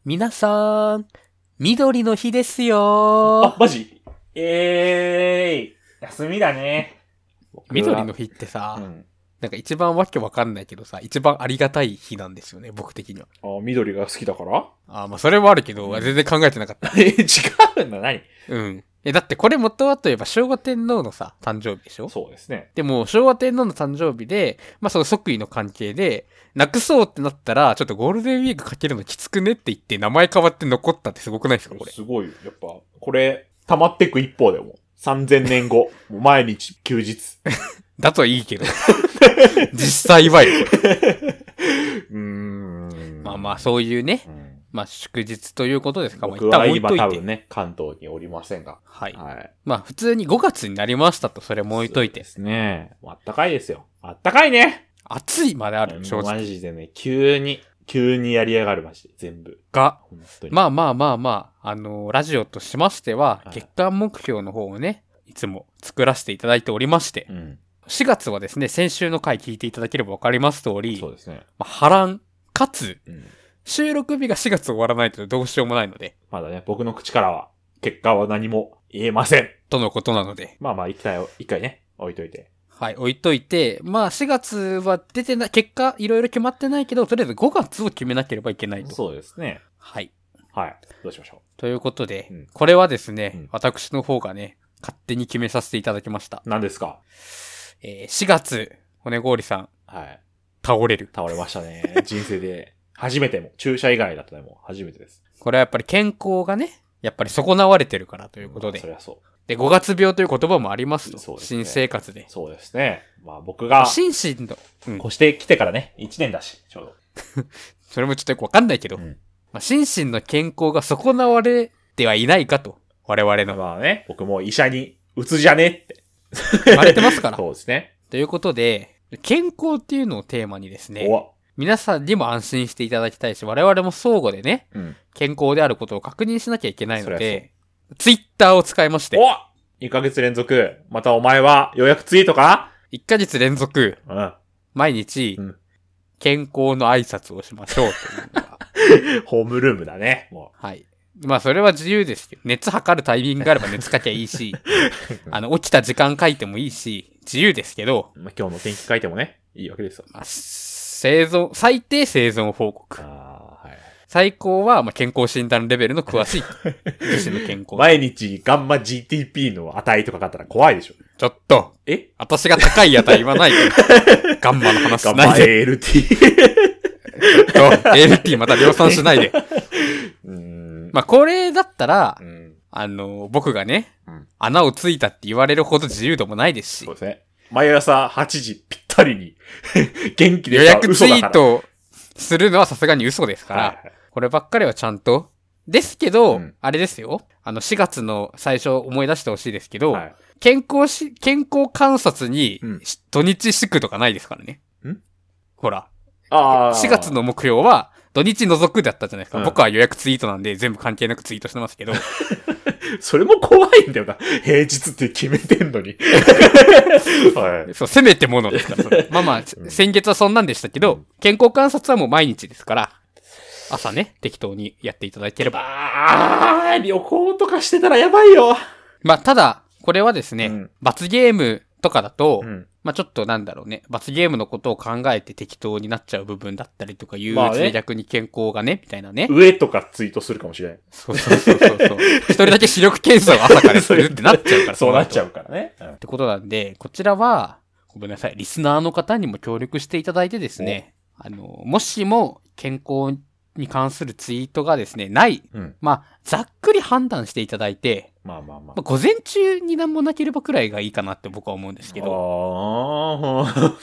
皆さん、緑の日ですよあ、マジ休みだね。 緑の日ってさ、なんか一番わけわかんないけどさ、一番ありがたい日なんですよね、僕的には。 あ、緑が好きだからまあそれもあるけど、全然考えてなかった。 違うんだ、何うん。だってこれ元はといえば昭和天皇のさ、誕生日でしょ？ そうですね。 でも、昭和天皇の誕生日で、まあその即位の関係で、なくそうってなったら、ちょっとゴールデンウィークかけるのきつくねって言って名前変わって残ったってすごくないですか、これ。 すごい。やっぱ、これ、溜まってく一方でも。3000年後。もう毎日休日。 だといいけど。実際はよ。まあまあ、そういうね。まあ、祝日ということですか。 僕は今多分ね、関東におりませんが。 はい。まあ、普通に5月になりましたと、それも置いといて。 そうですね。あったかいですよ。あったかいね。 暑いまである、正直。 マジでね、急にやりやがる、マジで。全部。 まあ、ラジオとしましては、月間目標の方をね、いつも作らせていただいておりまして、4月はですね、先週の回聞いていただければわかります通り、 そうですね。 波乱、かつ、収録日が4月終わらないとどうしようもないので。 まだね、僕の口からは、結果は何も言えません。 とのことなので。 まあ、一回ね、置いといて。 はい、置いといて、まあ4月は出てない、結果いろいろ決まってないけど、とりあえず5月を決めなければいけないと。 そうですね。 はい。 はい。どうしましょう。 ということで、これはですね、私の方がね、勝手に決めさせていただきました。 何ですか ？4月、骨氷さん。 はい。 倒れましたね。人生で。初めても。注射以外だったらもう初めてです。 これはやっぱり健康がね、やっぱり損なわれてるからということで。 そりゃそう。 で、5月病という言葉もありますと。そうですね。新生活で。 そうですね。まあ僕が、 心身の、 越してきてからね、1年だし、ちょうど。 それもちょっとよくわかんないけど、まあ、心身の健康が損なわれてはいないかと。我々の。 まあね、僕も医者に打つじゃねって言われてますから。 そうですね。 ということで、健康っていうのをテーマにですね、皆さんにも安心していただきたいし、我々も相互でね、健康であることを確認しなきゃいけないので、ツイッターを使いまして。 2ヶ月連続、またお前は予約ツイートか ?1 ヶ月連続、毎日、健康の挨拶をしましょうというのが。 ホームルームだね、もう。はい。まあそれは自由ですけど、熱測るタイミングがあれば熱書きゃいいし、起きた時間書いてもいいし、自由ですけど、 まあ、今日の天気書いてもね、いいわけですよ。 まあ、最低生存報告。最高は、まあ、健康診断レベルの詳しい。自身の健康。 毎日ガンマ GTP の値とかかったら怖いでしょ。 ちょっと。私が高い値言わないから。ガンマの話しないで。 ガンマ ALT。 ALT また量産しないで。まあ、これだったら、僕がね、穴をついたって言われるほど自由度もないですし。 そうですね。毎朝8時ぴったりに元気で予約ツイートするのはさすがに嘘ですから、こればっかりはちゃんと。ですけど、あれですよ。4月の最初思い出してほしいですけど、健康観察に土日祝とかないですからね。ほら。4月の目標は土日除くだったじゃないですか。僕は予約ツイートなんで全部関係なくツイートしてますけど。 それも怖いんだよな。平日って決めてんのに。 そう、せめてものですから。まあまあ、先月はそんなんでしたけど、健康観察はもう毎日ですから、朝ね、適当にやっていただければ。 旅行とかしてたらやばいよ。 まあ、ただ、これはですね、罰ゲームとかだと、まあちょっとなんだろうね、罰ゲームのことを考えて適当になっちゃう部分だったりとか、憂鬱で逆に健康がね、みたいなね。 上とかツイートするかもしれない。 そう。一人だけ視力検査を朝からするってなっちゃうから。 そうなっちゃうからね。 ってことなんで、こちらは、ごめんなさい、リスナーの方にも協力していただいてですね、もしも健康に関するツイートがですね、ない。まあ、ざっくり判断していただいて、まあ、午前中になんもなければくらいがいいかなって僕は思うんですけど。 はい。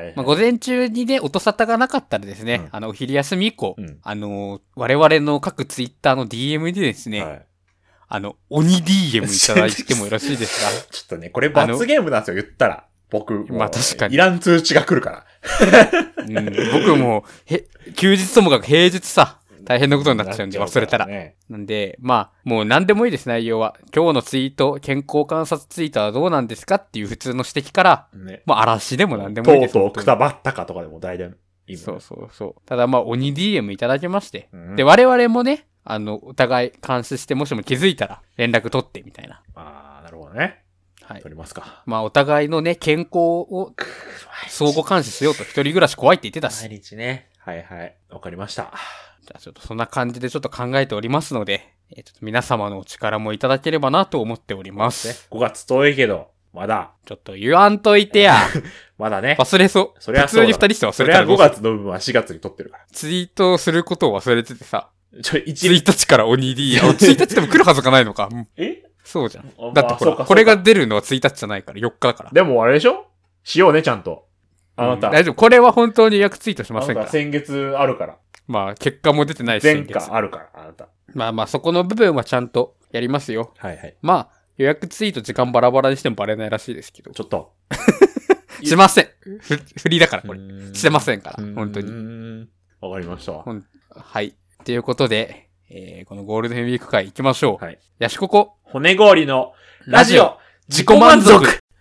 まあ、午前中にね、音沙汰がなかったらですね、お昼休み以降、我々の各ツイッターの DM でですね、鬼 DM いただいてもよろしいですか？ ちょっとね、これ罰ゲームなんですよ、言ったら。僕、 まあ確かに。 いらん通知が来るから。 僕も、休日ともかく平日さ、大変なことになっちゃうんで、忘れたら。なんで、まあ、もう何でもいいです、内容は。今日のツイート、健康観察ツイートはどうなんですかっていう普通の指摘から、もう嵐でも何でもいいです。 とうとうくたばったかとかでも大体。 いいもん。 そうそうそう。ただまあ、鬼 DM いただきまして。 うん、 で、我々もね、お互い監視して、もしも気づいたら連絡取ってみたいな。 ああ、なるほどね。 はい。 取りますか。 まあ、お互いのね、健康を相互監視しようと。一人暮らし怖いって言ってたし。 毎日ね。はいはい。わかりました。 じゃあちょっとそんな感じでちょっと考えておりますので、ちょっと皆様のお力もいただければなと思っております。 5月遠いけど、まだ。 ちょっと言わんといてや。 まだね。 忘れそう。 それはそうだ。 普通に二人して忘れたらそれは5月の部分は4月に撮ってるから。 ツイートすることを忘れててさ。 1 日から鬼 D。1日でも来るはずがないのか。そうじゃん。だってほら、これが出るのは1日じゃないから、4日だから。 でもあれでしょしようね、ちゃんと。あなた。 大丈夫。これは本当に予約ツイートしませんから。 あなた先月あるから。 まあ、結果も出てないし。 前回あるから、あなた。 まあまあ、そこの部分はちゃんとやりますよ。 はいはい。 まあ、予約ツイート時間バラバラにしてもバレないらしいですけど。 ちょっと。 しません。フリーだから、これ。してませんから、本当に。 わかりました。 はい。ということで、このゴールデンウィーク会行きましょう。 はい。 ヤシココ。 骨氷のラジオ自己満足。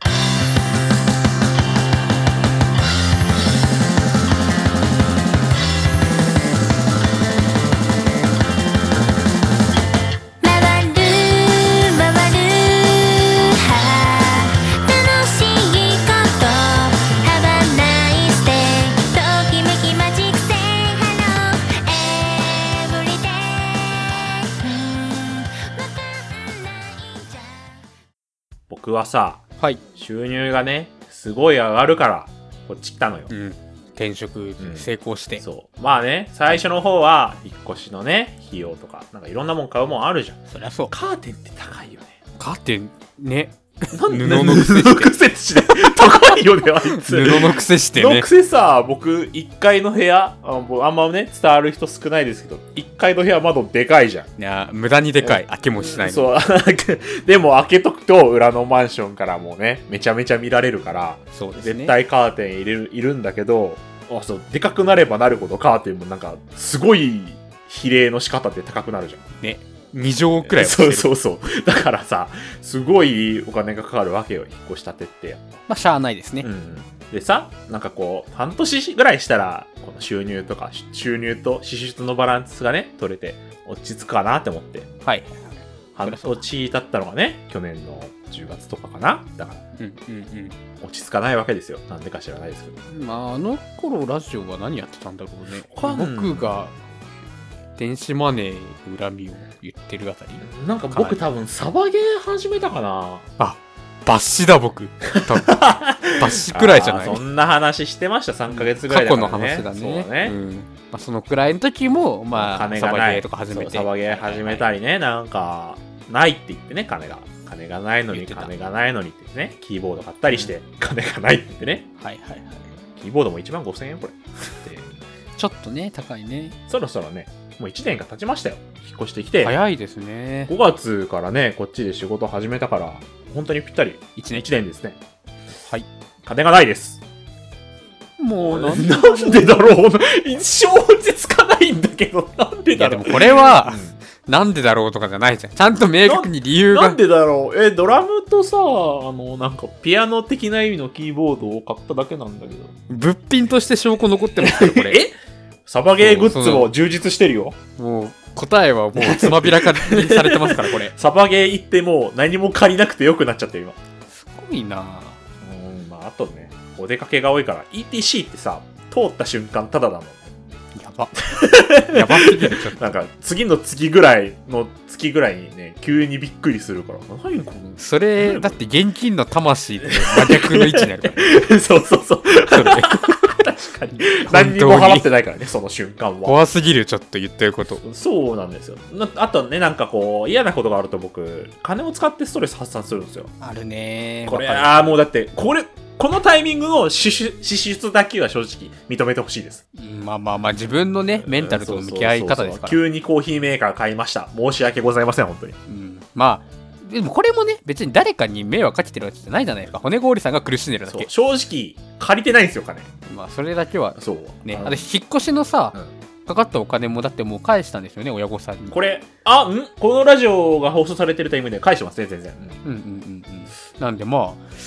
僕はさ、 はい。 収入がね、すごい上がるから、こっち来たのよ。 転職成功して、 そう。まあね、最初の方は、引っ越しのね、費用とか、なんかいろんなもん買うもんあるじゃん。 そりゃそう。 カーテンって高いよね。 カーテン、ね。 布の癖して高いよね、あいつ。 布の癖してね。 布の癖さ、僕、1階の部屋、あんまね、伝わる人少ないですけど、1階の部屋窓でかいじゃん。 いや、無駄にでかい。開けもしないの。 そう。でも開けとくと、裏のマンションからもね、めちゃめちゃ見られるから、 そうですね。 絶対カーテンいるんだけど、そう、でかくなればなるほどカーテンもなんか、すごい比例の仕方って高くなるじゃん。 ね。2畳くらいはそうそうそう。だからさ、すごいお金がかかるわけよ、引っ越したてって。 まあ、しゃあないですね。 でさ、なんかこう、半年ぐらいしたら、この収入と支出のバランスがね、取れて、落ち着くかなって思って。 はい。 半年経ったのがね、去年の10月とかかな。だから、落ち着かないわけですよ。なんでか知らないですけど。 まあ、あの頃ラジオは何やってたんだろうね。僕が、電子マネー恨みを言ってるあたり。 なんか僕多分サバゲー始めたかな。 あ、バッシだ僕。多分バッシくらいじゃない。 そんな話してました、3ヶ月ぐらいだからね。 過去の話だね。 そうだね。 まあ、そのくらいの時も、まあ、 金がない。サバゲーとか始めて。 サバゲー始めたりね、なんか、ないって言ってね、金がないのにってね、キーボード買ったりして、金がないって言ってね。 はいはいはい。 キーボードも15000円これ。 ちょっとね、高いね。 そろそろね、もう1年が経ちましたよ。引っ越してきて。 早いですね。 5月からね、こっちで仕事始めたから、本当にぴったり1年ですね。 はい。 金がないです。 もうなんでだろう正直つかないんだけど、なんでだろう。 いやでもこれは、なんでだろうとかじゃないじゃん。ちゃんと明確に理由が。 なんでだろう。ドラムとさ、なんかピアノ的な意味のキーボードを買っただけなんだけど。 物品として証拠残ってますよ、これ。 サバゲーグッズも充実してるよ。 もう、答えはもうつまびらかにされてますから、これ。 サバゲー行っても何も借りなくてよくなっちゃってる今。 すごいなぁ。 まああとね、お出かけが多いから、ETC ってさ、通った瞬間タダだもん。 やば。やばすぎる、ちょっと。 なんか、次の月ぐらいにね、急にびっくりするから。何このそれ、だって現金の魂って真逆の位置にあるから。 そう。それ確かに。何にも払ってないからね、その瞬間は。 怖すぎる、ちょっと言ってること。 そうなんですよ。あとね、なんかこう、嫌なことがあると僕、金を使ってストレス発散するんですよ。 あるね。 これ、もうだって、このタイミングの支出だけは正直認めてほしいです。 まあ、自分のね、メンタルとの向き合い方ですから。 急にコーヒーメーカー買いました。申し訳ございません、本当に。 まあ、でもこれもね、別に誰かに迷惑かけてるわけじゃないじゃないですか。骨氷さんが苦しんでるだけ。 正直、借りてないんですよ、金。 まあ、それだけは。 そう。 ね。引っ越しのさ、かかったお金もだってもう返したんですよね、親御さんに。 これ、このラジオが放送されてるタイミングで返してますね、全然。 なんでまあ、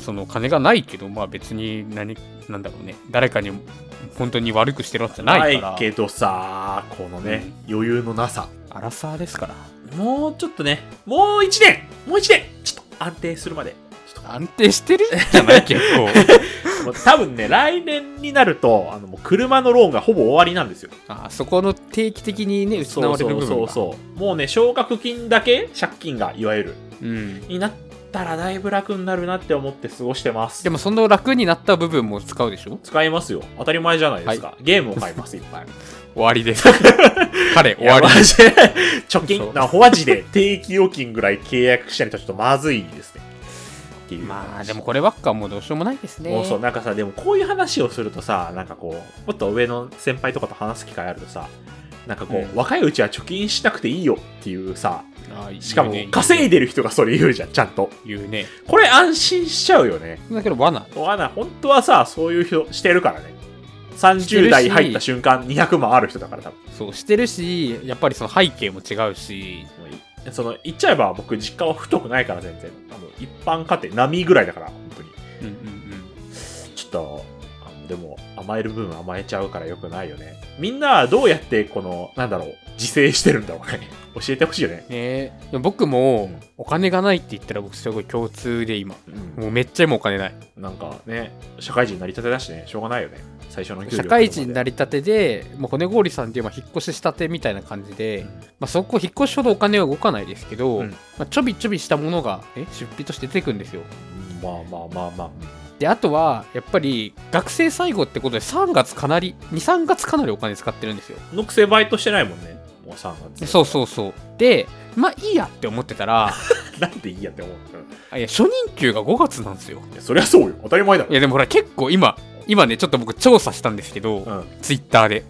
その金がないけど、まあ別になんだろうね、誰かに本当に悪くしてるわけじゃないから。 ないけどさ、このね、余裕のなさ。 アラサーですから。 もうちょっとね、もう1年ちょっと安定するまで。 安定してるじゃない結構。 もう多分ね、来年になると、もう車のローンがほぼ終わりなんですよ。 そこの定期的にね、失われる部分が。 そう。もうね、奨学金だけ借金が、いわゆる、になったらだいぶ楽になるなって思って過ごしてます。 でもその楽になった部分も使うでしょ？ 使いますよ。当たり前じゃないですか。ゲームを買います、いっぱい。 終わりです。彼、終わり。 貯金、マジで定期預金ぐらい契約したりとちょっとまずいですね。 まあでもこればっかはもうどうしようもないですね。 そう、なんかさ、でもこういう話をするとさ、なんかこう、もっと上の先輩とかと話す機会あるとさ、なんかこう、若いうちは貯金しなくていいよっていうさ、しかも稼いでる人がそれ言うじゃん、ちゃんと。 言うね。 これ安心しちゃうよね。 だけど罠、 本当はさ、そういう人してるからね。30代入った瞬間200万ある人だから多分。 そう、してるし、やっぱりその背景も違うし、 言っちゃえば僕実家は太くないから全然。一般家庭並みぐらいだから、本当に。ちょっと、でも甘える分甘えちゃうから良くないよね。みんなはどうやってこの、自制してるんだろうね。教えてほしいよね。 僕もお金がないって言ったら僕すごい共通で今、もうめっちゃ今お金ない。なんかね、社会人になりたてだしね、しょうがないよね。最初の給料。 社会人になりたてで、もう骨氷さんっていう引っ越ししたてみたいな感じで、そこ引っ越しほどお金は動かないですけど、ちょびちょびしたものが出費として出てくるんですよ。まあ。で、あとは、やっぱり、学生最後ってことで2、3月かなりお金使ってるんですよ。 のくせバイトしてないもんね。もう3月。 そう。で、まあいいやって思ってたら、 なんでいいやって思ったの？いや、初任給が5月なんですよ。 いや、そりゃそうよ。当たり前だろ。 いや、でもほら、結構今ね、ちょっと僕調査したんですけど、ツイッターで。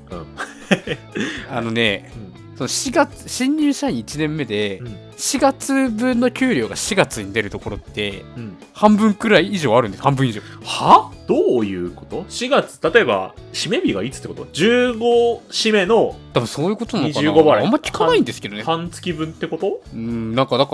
その4月、新入社員1年目で、4月分の給料が4月に出るところって、半分くらい以上あるんです。半分以上。 は？どういうこと？ 4 月、例えば、締め日がいつってこと？ 15 締めの、 多分そういうことなのかな。 25払い。 あんま聞かないんですけどね。 半月分ってこと？ だから、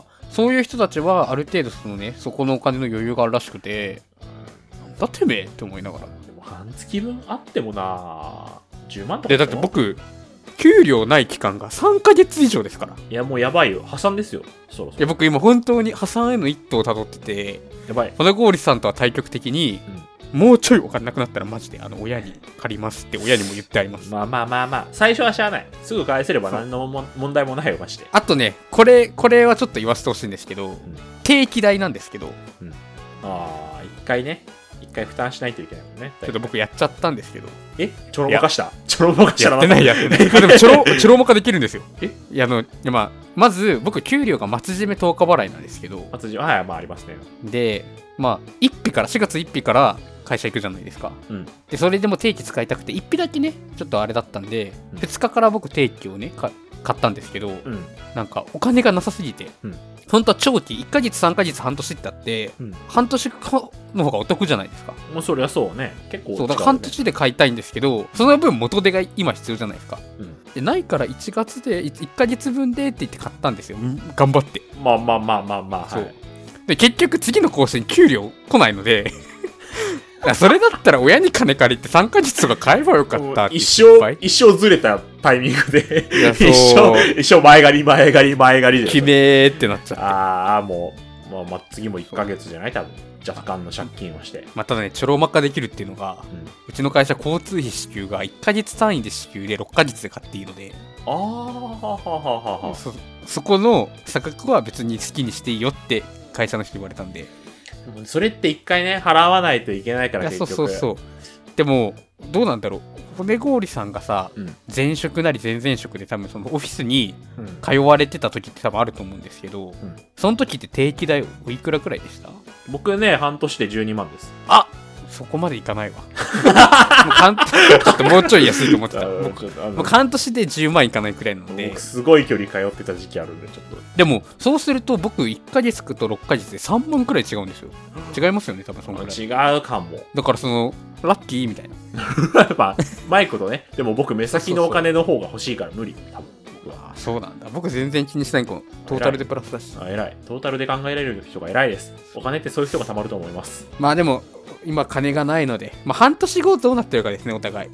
そういう人たちはある程度そこのお金の余裕があるらしくて、なんだてめえって思いながら。 でも半月分あってもな10万とかで、だって僕、給料ない期間が3ヶ月以上ですから。 いや、もうやばいよ。破産ですよ。そろそろ。 いや、僕今本当に破産への一途を辿ってて、 やばい。 骨氷さんとは対極的に、もうちょいお金なくなったらマジで親に借りますって親にも言ってあります。 まあ。最初はしゃあない。すぐ返せれば何の問題もないよ、マジで。 あとね、これはちょっと言わせてほしいんですけど、定期代なんですけど。 一回負担しないといけないもんね。 ちょっと僕やっちゃったんですけど。 ちょろまかしたやってない。でもちょろまかできるんですよ。まず僕給料が末締め10日払いなんですけど。 末締め、はい、まあありますね。 で、4月1日から会社行くじゃないですか。で、それでも定期使いたくて、1日だけね、ちょっとあれだったんで、2日から僕定期をね、買ったんですけど、なんかお金がなさすぎて、本当は長期1ヶ月3ヶ月半年ってあって、半年の方がお得じゃないですか。 もうそりゃそうね。結構、ね、 そうだから半年で買いたいんですけど、その分元手が今必要じゃないですか。でないから1月で1ヶ月分でって言って買ったんですよ。頑張って。 まあ。 そう。で結局次の更新給料来ないのでそれだったら親に金借りて3ヶ月とか買えばよかったって一生ずれたタイミングで一生前借りできめーってなっちゃって。 もう次も1ヶ月じゃない多分若干の借金をして。 ただね、ちょろまかできるっていうのが、うちの会社交通費支給が1ヶ月単位で支給で6ヶ月で買っていいので、そこの差額は別に好きにしていいよって会社の人に言われたんで。 それって1回ね払わないといけないから。結局そうでもどうなんだろう、骨氷さんがさ、前職なり前々職で多分そのオフィスに通われてた時って多分あると思うんですけど、その時って定期代おいくらくらいでした？ 僕ね、半年で12万です。 そこまでいかないわ。ちょっともうちょい安いと思ってた。僕半年で10万いかないくらいなので。 僕すごい距離通ってた時期あるんで、ちょっと。 でもそうすると僕1ヶ月と6ヶ月で3万くらい違うんですよ。違いますよね、多分そのくらい。 違うかも。 だからラッキーみたいな。 マイクとね。でも僕目先のお金の方が欲しいから無理。多分僕は。 そうなんだ。僕全然気にしない。トータルでプラスだし。 偉い。トータルで考えられる人が偉いです。お金ってそういう人が貯まると思います。 まあでも、今金がないので、まあ半年後どうなってるかですね、お互い。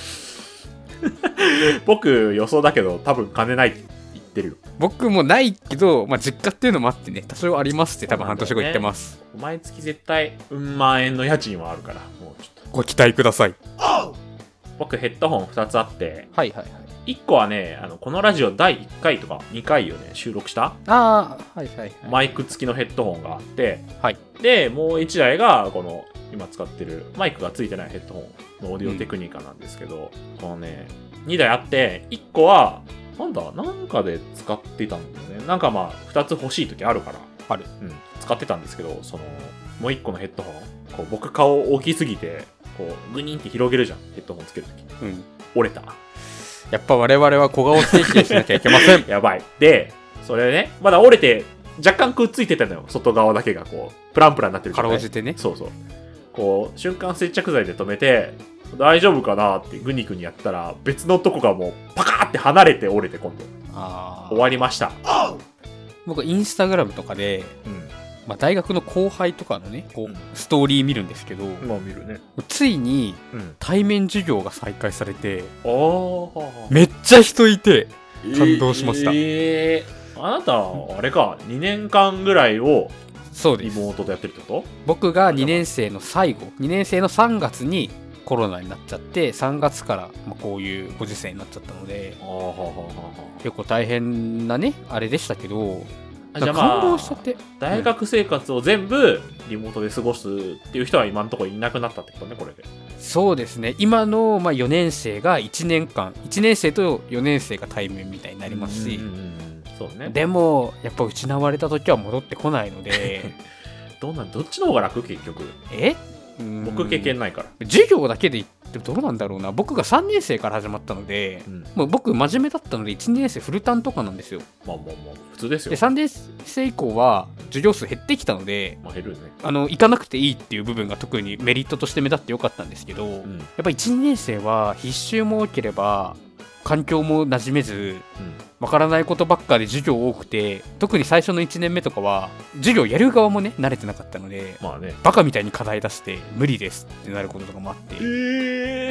僕予想だけど多分金ないって言ってるよ。 僕もないけど、まあ実家っていうのもあってね、多少ありますって多分半年後言ってます。 毎月絶対万円の家賃はあるから、もうちょっと。 ご期待ください。 僕ヘッドホン2つあって、 はいはいはい。 1個はね、このラジオ第1回とか2回をね、収録したはいはいはい。 マイク付きのヘッドホンがあって、 はい。 で、もう1台が、この、今使ってるマイクが付いてないヘッドホンのオーディオテクニカなんですけど、このね、2台あって、1個は、なんかで使ってたんだよね。なんかまあ、2つ欲しい時あるから。 ある。 うん。使ってたんですけど、もう1個のヘッドホン、こう、僕顔大きすぎて、こう、グニンって広げるじゃん。ヘッドホンつけるとき。 うん。 折れた。 やっぱ我々は小顔整形しなきゃいけません。 やばい。で、それね、まだ折れて、若干くっついてたのよ。外側だけがこう、プランプランになってるかろうじてね。 そうそう。こう、瞬間接着剤で止めて、大丈夫かなってグニグニやったら、別のとこがもう、パカーって離れて折れて今度。終わりました。 僕、インスタグラムとかで、まあ、大学の後輩とかのね、こう、ストーリー見るんですけど、 まあ見るね。 ついに、対面授業が再開されて、 めめっちゃ人いて、感動しました。 あなた、あれか、2年間ぐらいを、 そうです。 リモートでやってるってこと？ 僕が2年生の最後、2年生の3月にコロナになっちゃって、3月からこういうご時世になっちゃったので、結構大変なね、あれでしたけど、 じゃあまあ、 感動しちゃって。 大学生活を全部リモートで過ごすっていう人は今のところいなくなったってことね、これで。 そうですね。今の4年生が1年間、1年生と4年生が対面みたいになりますし、 そうね。 でも、やっぱ失われた時は戻ってこないので、 どっちの方が楽結局。僕経験ないから。 授業だけで言ってどうなんだろうな。僕が3年生から始まったので、もう僕真面目だったので1年生フルタンとかなんですよ。 まあ普通ですよ。 で3年生以降は授業数減ってきたので、 減るね。 行かなくていいっていう部分が特にメリットとして目立ってよかったんですけど、やっぱ1、2年生は必修も多ければ環境も馴染めず、わからないことばっかで授業多くて、特に最初の1年目とかは授業やる側もね慣れてなかったので、バカみたいに課題出して無理ですってなることとかもあって、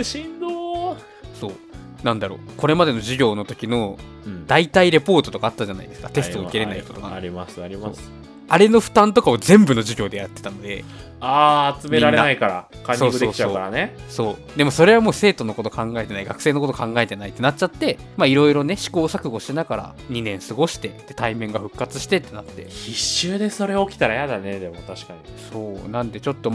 しんどー。 そうなんだろう、これまでの授業の時の代替レポートとかあったじゃないですか、テストを受けれない人とか。 ありますあります。 あれの負担とかを全部の授業でやってたので、 集められないからカンニングできちゃうからね。 そうでもそれはもう生徒のこと考えてない、学生のこと考えてないってなっちゃって、いろいろね試行錯誤しながら2年過ごして、で対面が復活してってなって、 必修でそれ起きたらやだね。でも確かにそうなんで、ちょっと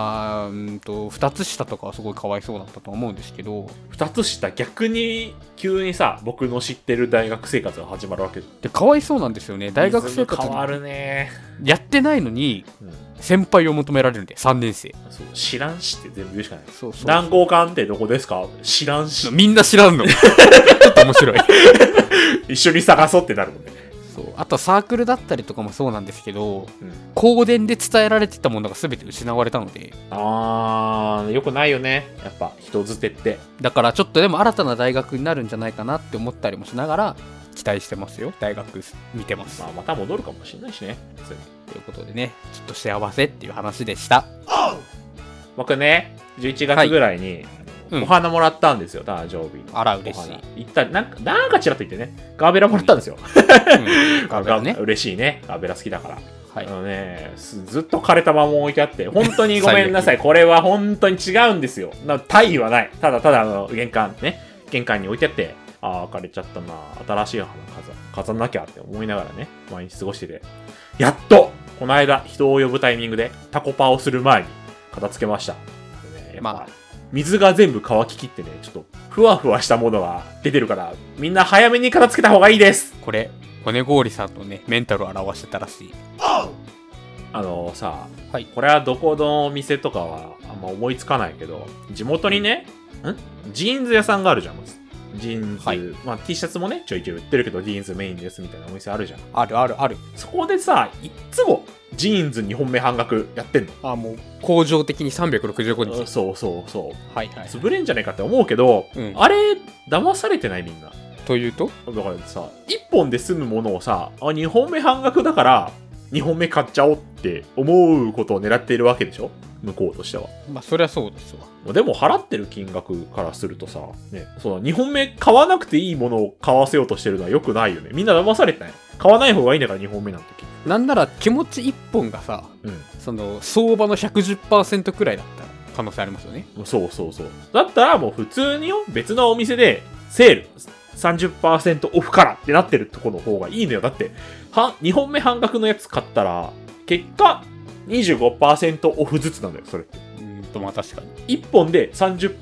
2つ下とかはすごいかわいそうだったと思うんですけど、 2つ下逆に急にさ、僕の知ってる大学生活が始まるわけで、かわいそうなんですよね。大学生活変わるね。 やってないのに、先輩を求められるんで、3年生。 そう、知らんしって全部言うしかない。 そう何号館ってどこですか？知らんし。 みんな知らんの。ちょっと面白い。 一緒に探そうってなるもんね。 そう。あとサークルだったりとかもそうなんですけど、公電で伝えられてたものが全て失われたので。 よくないよね。やっぱ人づてって。 だからちょっとでも新たな大学になるんじゃないかなって思ったりもしながら、期待してますよ。大学見てます。 また戻るかもしれないしね。 ということでね、ちょっと幸せっていう話でした。 僕ね、11月ぐらいに、お花もらったんですよ、誕生日。 あら、嬉しい。 行ったなんかチラッと言ってね、ガーベラもらったんですよ。 ガーベラね。 嬉しいね。ガーベラ好きだから。ずっと枯れたまま置いてあって、本当にごめんなさい。これは本当に違うんですよ。大意はない。ただ玄関に置いてあって、枯れちゃったな。新しい花飾んなきゃって思いながらね、毎日過ごしてて。やっとこの間、人を呼ぶタイミングでタコパをする前に片付けました。水が全部乾ききってね、ちょっとふわふわしたものが出てるから、みんな早めに片付けた方がいいです。 これ、骨氷さんのね、メンタルを表してたらしい。 これはどこのお店とかはあんま思いつかないけど、地元にね、ジーンズ屋さんがあるじゃん、まず。ジーンズ、T シャツもね、ちょいちょい売ってるけど、ジーンズメインですみたいなお店あるじゃん。ある。そこでさ、いっつもジーンズ2本目半額やってんの。 もう、恒常的に365日。 そう。潰れんじゃねえかって思うけど、あれ、騙されてないみんな。 というとだからさ、1本で済むものをさ、2本目半額だから2本目買っちゃおうって思うことを狙っているわけでしょ、向こうとしては。 まあそりゃそうですわ。 でも払ってる金額からするとさ、ね、その2本目買わなくていいものを買わせようとしてるのは良くないよね。みんな騙されてない。買わない方がいいんだから2本目なんて。 なんなら気持ち1本がさ、その相場の 110% くらいだったら可能性ありますよね。 そうそうそう。だったらもう普通によ、別のお店でセール 30% オフからってなってるところの方がいいのよ。だって2本目半額のやつ買ったら結果 25% オフずつなんだよ、それって。 まあ確かに1本で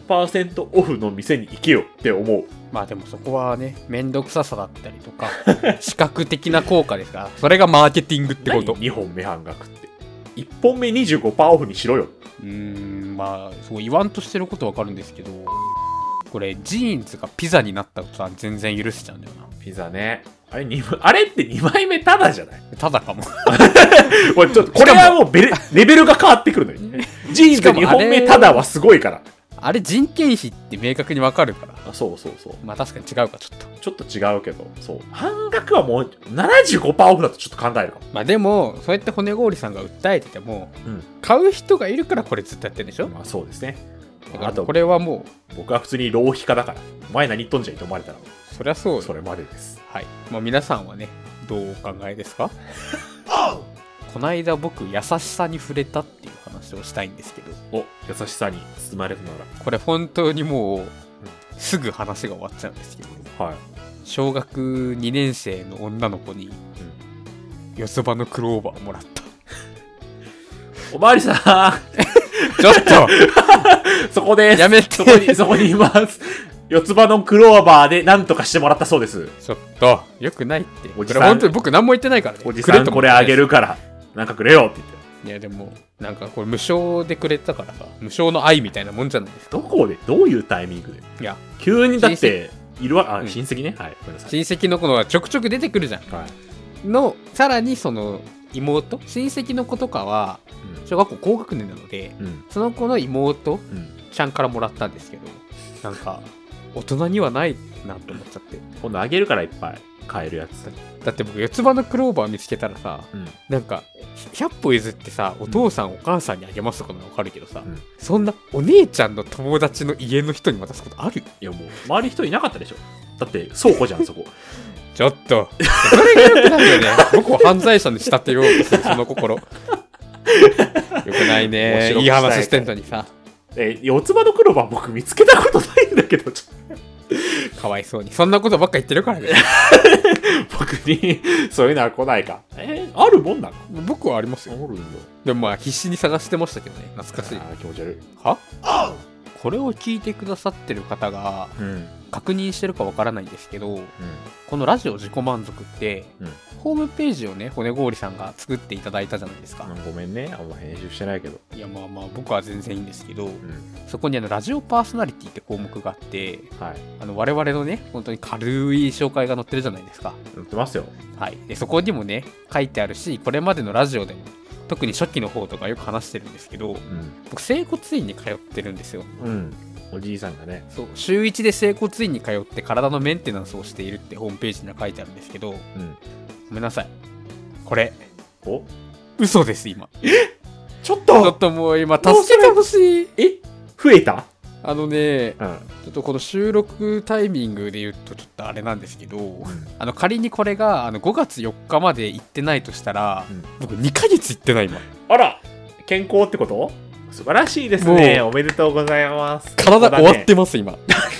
30% オフの店に行けよって思う。 まあでもそこはね、めんどくささだったりとか視覚的な効果ですから、それがマーケティングってこと。 2本目半額って1本目 25% オフにしろよ。 まあそう言わんとしてることわかるんですけど、これジーンズがピザになったことは全然許せちゃうんだよな。 ピザね、あれって2枚目タダじゃない？ タダかもおいちょっとこれはもうレベルが変わってくるのよジーンズ2本目タダはすごいから。 あれ人件費って明確にわかるから。 そうそうそう。 まあ確かに違うか、ちょっと違うけど、そう半額はもう 75% オフだとちょっと考えるかも。 まあでもそうやって骨氷さんが訴えてても、買う人がいるからこれずっとやってるんでしょ。 まあそうですね。 だからこれはもう僕は普通に浪費家だから、お前何言っとんじゃいと思われたらそりゃそうよ。 それまでです。 はい。まあ皆さんはね、どうお考えですかこないだ僕優しさに触れたっていう話をしたいんですけど。 優しさに包まれるなら。 これ本当にもう、すぐ話が終わっちゃうんですけど、小学2年生の女の子に、四つ葉のクローバーをもらった。 おまわりさんちょっとそこです。 やめて。 そこにいます。四つ葉のクローバーで何とかしてもらったそうです。 ちょっとよくないって。これ本当に僕何も言ってないからね。 おじさんこれあげるからなんかくれよって言って。 いやでもなんかこれ無償でくれたからさ、無償の愛みたいなもんじゃないですか。 どこでどういうタイミングで。いや急にだっているわ。親戚ね。はい。ごめんなさい。 親戚の子のがちょくちょく出てくるじゃん。のさらにその妹、親戚の子とかは小学校高学年なので、その子の妹ちゃんからもらったんですけど、なんか大人にはないなと思っちゃって。 今度あげるからいっぱい買えるやつ。 だって僕四つ葉のクローバー見つけたらさ、なんか100歩譲ってさ、お父さんお母さんにあげますとかのわかるけどさ、そんなお姉ちゃんの友達の家の人に渡すことある？ いやもう周り人いなかったでしょ。だって倉庫じゃんそこ。 ちょっとそれがよくないよね。僕を犯罪者に仕立てようとするその心。よくないね。いい話してんのにさ。 四つ葉のクローバー僕見つけたことないんだけど、 かわいそうに。そんなことばっか言ってるからね。 僕にそういうのは来ないか。あるもんなの？ 僕はありますよ。 あるんだ。 でもまあ必死に探してましたけどね。懐かしい。 気持ち悪い。 は？これを聞いてくださってる方が、確認してるかわからないんですけど、このラジオ自己満足って、ホームページをね、骨氷さんが作っていただいたじゃないですか。 ごめんね、あんま編集してないけど。 いやまあまあ僕は全然いいんですけど、そこにラジオパーソナリティって項目があって、我々のね、本当に軽い紹介が載ってるじゃないですか。 載ってますよ。 はい。でそこにもね、書いてあるし、これまでのラジオでも特に初期の方とかよく話してるんですけど、僕整骨院に通ってるんですよ。 おじいさんがね。 そう、週1で整骨院に通って体のメンテナンスをしているってホームページには書いてあるんですけど、ごめんなさい、これ嘘です。今ちょっともう今助けてほしい。 増えた？ ちょっとこの収録タイミングで言うとちょっとあれなんですけど、仮にこれが5月4日まで行ってないとしたら、僕2ヶ月行ってない今。 あら、健康ってこと？素晴らしいですね。おめでとうございます。 体終わってます今。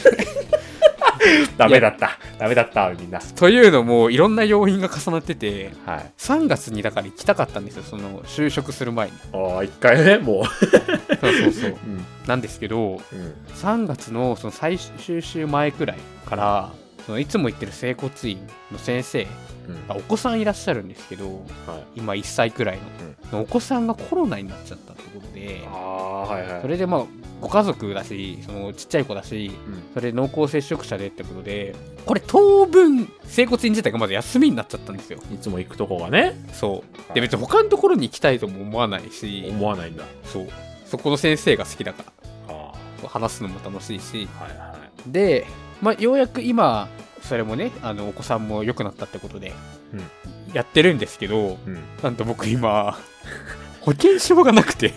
ダメだったみんな。 というのもいろんな要因が重なってて、3月にだから行きたかったんですよ、その就職する前に。 一回ね、もうそう、なんですけど、3月のその最終週前くらいからそのいつも行ってる整骨院の先生がお子さんいらっしゃるんですけど、今1歳くらいの、お子さんがコロナになっちゃったってことで、それでまあご家族だし、そのちっちゃい子だし、それ濃厚接触者でってことで、これ当分整骨院自体がまず休みになっちゃったんですよ。 いつも行くとこがね。 そうで、別に他のところに行きたいとも思わないし。 思わないんだ。 そこの先生が好きだから話すのも楽しいし、で、ようやく今それもね、お子さんも良くなったってことで、やってるんですけど、なんと僕今、保険証がなくて。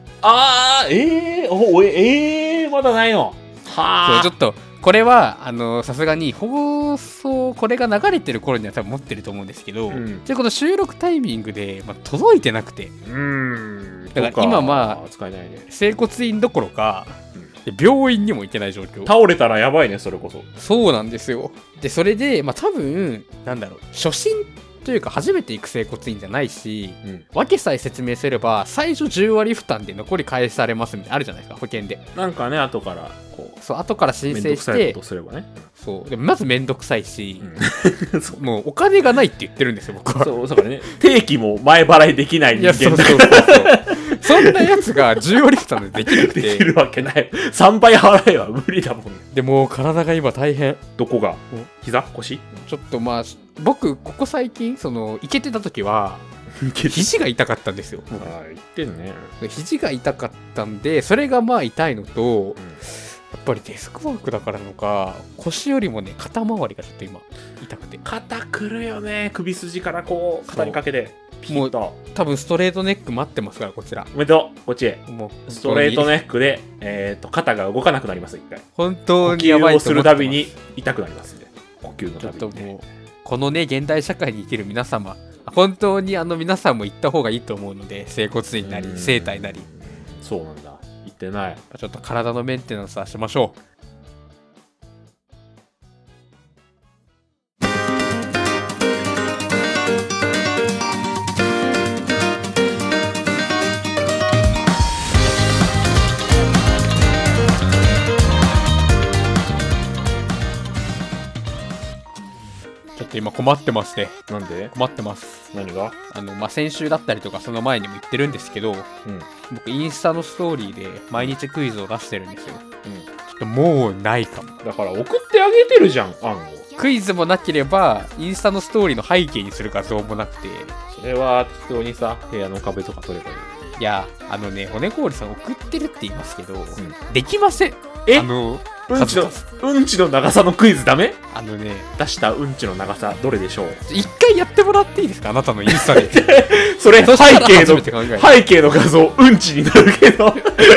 まだないの。 そう、ちょっと、これは、さすがに、放送、これが流れてる頃には多分持ってると思うんですけど、じゃあこの収録タイミングで、届いてなくて。だから今使えないね。 整骨院どころか、病院にも行けない状況。 倒れたらやばいね、それこそ。 そうなんですよ。で、それで、多分、初心というか初めて行く整骨院じゃないし、わけさえ説明すれば、最初10割負担で残り返されますみたいなあるじゃないですか、保険で。 なんかね、後からそう、後から申請して、 めんどくさいことすればね。 そう。でもまずめんどくさいし、もうお金がないって言ってるんですよ、僕は。 そうからね。定期も前払いできない人間だから。 そんなやつが10割負担でできなくて。 できるわけない。3倍払えば無理だもん。 でも体が今大変。 どこが？膝？腰？ ちょっと僕、ここ最近、行けてた時は、肘が痛かったんですよ。 言ってんね。 肘が痛かったんで、それが痛いのと、やっぱりデスクワークだからなのか、腰よりもね、肩周りがちょっと今、痛くて。 肩くるよね。首筋から肩にかけて。 もう、多分ストレートネック待ってますから、こちら。 おめでとう、こっちへ。もうストレートネックで、肩が動かなくなります、一回。 本当にやばいと思ってます。呼吸をするたびに痛くなりますんで。呼吸のたびに、ね。 ちょっともう、このね、現代社会に生きる皆様、本当に皆さんも行った方がいいと思うので、整骨院なり、整体なり。 そうなんだ。行ってない。 ちょっと体のメンテナンスはしましょう。今困ってますね。 なんで？ 困ってます。 何が？ 先週だったりとかその前にも言ってるんですけど、僕インスタのストーリーで毎日クイズを出してるんですよ。ちょっともうないかも。 だから送ってあげてるじゃん、案を。 クイズもなければインスタのストーリーの背景にする画像もなくて。 それは適当にさ、部屋の壁とか撮ればいい。 いや、骨氷さん送ってるって言いますけど、できません。 うんちの長さのクイズダメ？出したうんちの長さどれでしょう？ 一回やってもらっていいですか？あなたのインスタで。 それ背景の画像うんちになるけど。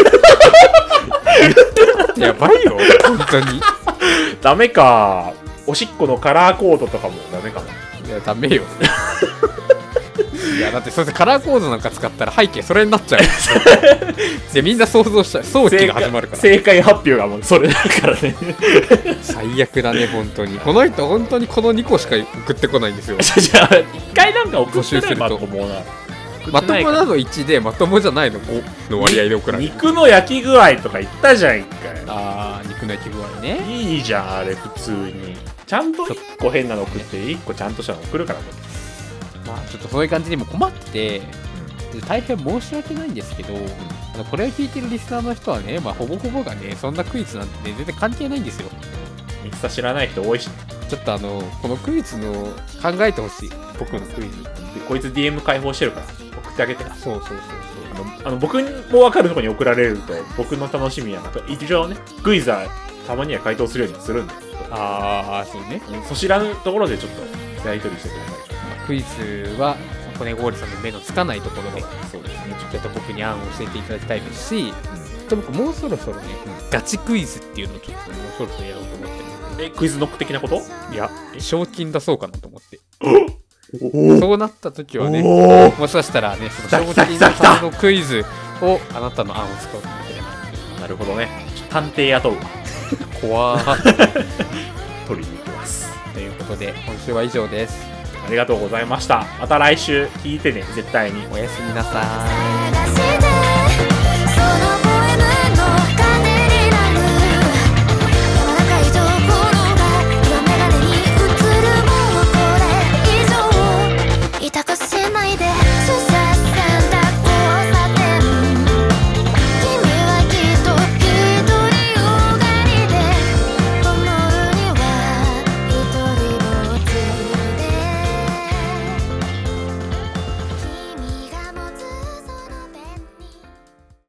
やばいよ、本当に。 ダメか。おしっこのカラーコードとかもダメかな。 いや、ダメよ。いや、だってそれでカラーコードなんか使ったら背景それになっちゃう。で、みんな想像しちゃう。早期が始まるから。 正解発表がもうそれだからね。 最悪だね、本当に。この人、本当にこの2個しか送ってこないんですよ。 じゃあ、一回なんか送ってないまともな。 まともなの1で、まともじゃないの5の割合で送られる。 肉の焼き具合とか言ったじゃん、一回。 あー、肉の焼き具合ね。 いいじゃん、あれ、普通に。ちゃんと1個変なの送って1個ちゃんとしたの送るから。 ちょっとそういう感じにも困ってて、大変申し訳ないんですけど、これを聞いてるリスナーの人はね、ほぼほぼがね、そんなクイズなんて、ね、全然関係ないんですよ。 インスタ知らない人多いし、 ちょっとこのクイズの考えてほしい。僕のクイズ。 でこいつ DM 開放してるから送ってあげて。 そう。 僕も分かるところに送られると僕の楽しみやなと。一応ね、クイズはたまには回答するようにするんで。 そうね。 そ知らぬところでちょっとやり取りしてください。 クイズは骨氷さんの目のつかないところで、 そうですね。 ちょっと僕に案を教えていただきたいですし、僕もうそろそろね、ガチクイズっていうのをちょっともうそろそろやろうと思ってる。 クイズノック的なこと？ いや、賞金出そうかなと思って。そうなった時はね、もしかしたらね、その賞金さんのクイズをあなたの案を使うかもしれない。 なるほどね。探偵雇う。 怖ー。 取りに行きます。 ということで、今週は以上です。 ありがとうございました。また来週聞いてね、絶対に。 おやすみなさーい。